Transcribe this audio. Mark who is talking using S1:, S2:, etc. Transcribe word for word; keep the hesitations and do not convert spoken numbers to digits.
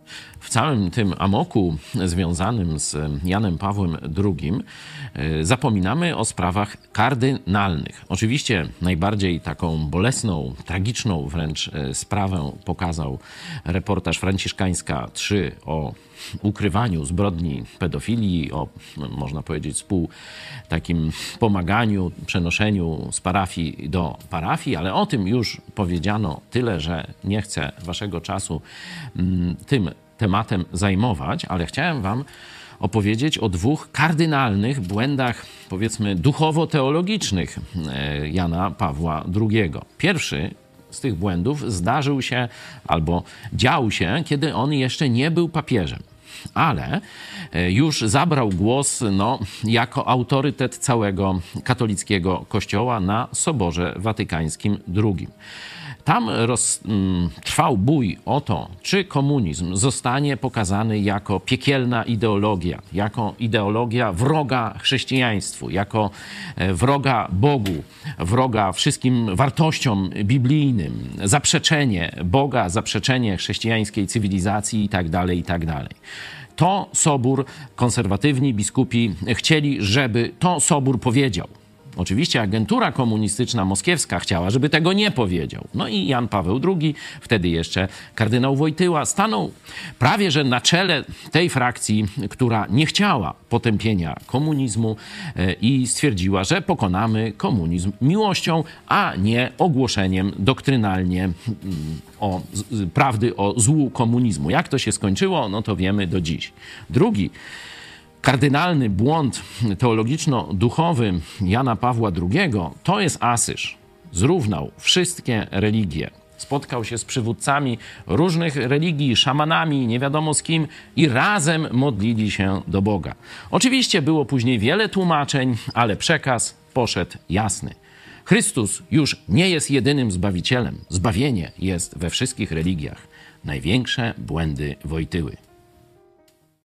S1: W całym tym amoku związanym z Janem Pawłem drugim zapominamy o sprawach kardynalnych. Oczywiście najbardziej taką bolesną, tragiczną wręcz sprawę pokazał reportaż Franciszkańska trzy o ukrywaniu zbrodni pedofilii, o, można powiedzieć, współ takim pomaganiu, przenoszeniu z parafii do parafii, ale o tym już powiedziano tyle, że nie chcę waszego czasu tym tematem zajmować, ale chciałem wam opowiedzieć o dwóch kardynalnych błędach, powiedzmy, duchowo-teologicznych Jana Pawła drugiego. Pierwszy z tych błędów zdarzył się albo dział się, kiedy on jeszcze nie był papieżem, ale już zabrał głos no, jako autorytet całego katolickiego kościoła na Soborze Watykańskim drugim. Tam roz, m, trwał bój o to, czy komunizm zostanie pokazany jako piekielna ideologia, jako ideologia wroga chrześcijaństwu, jako wroga Bogu, wroga wszystkim wartościom biblijnym, zaprzeczenie Boga, zaprzeczenie chrześcijańskiej cywilizacji itd., itd. To Sobór, konserwatywni biskupi chcieli, żeby to Sobór powiedział. Oczywiście agentura komunistyczna moskiewska chciała, żeby tego nie powiedział. No i Jan Paweł drugi, wtedy jeszcze kardynał Wojtyła, stanął prawie że na czele tej frakcji, która nie chciała potępienia komunizmu i stwierdziła, że pokonamy komunizm miłością, a nie ogłoszeniem doktrynalnie o, prawdy o złu komunizmu. Jak to się skończyło, no to wiemy do dziś. Drugi kardynalny błąd teologiczno-duchowy Jana Pawła drugiego to jest Asyż. Zrównał wszystkie religie. Spotkał się z przywódcami różnych religii, szamanami, nie wiadomo z kim i razem modlili się do Boga. Oczywiście było później wiele tłumaczeń, ale przekaz poszedł jasny. Chrystus już nie jest jedynym Zbawicielem. Zbawienie jest we wszystkich religiach. Największe błędy Wojtyły.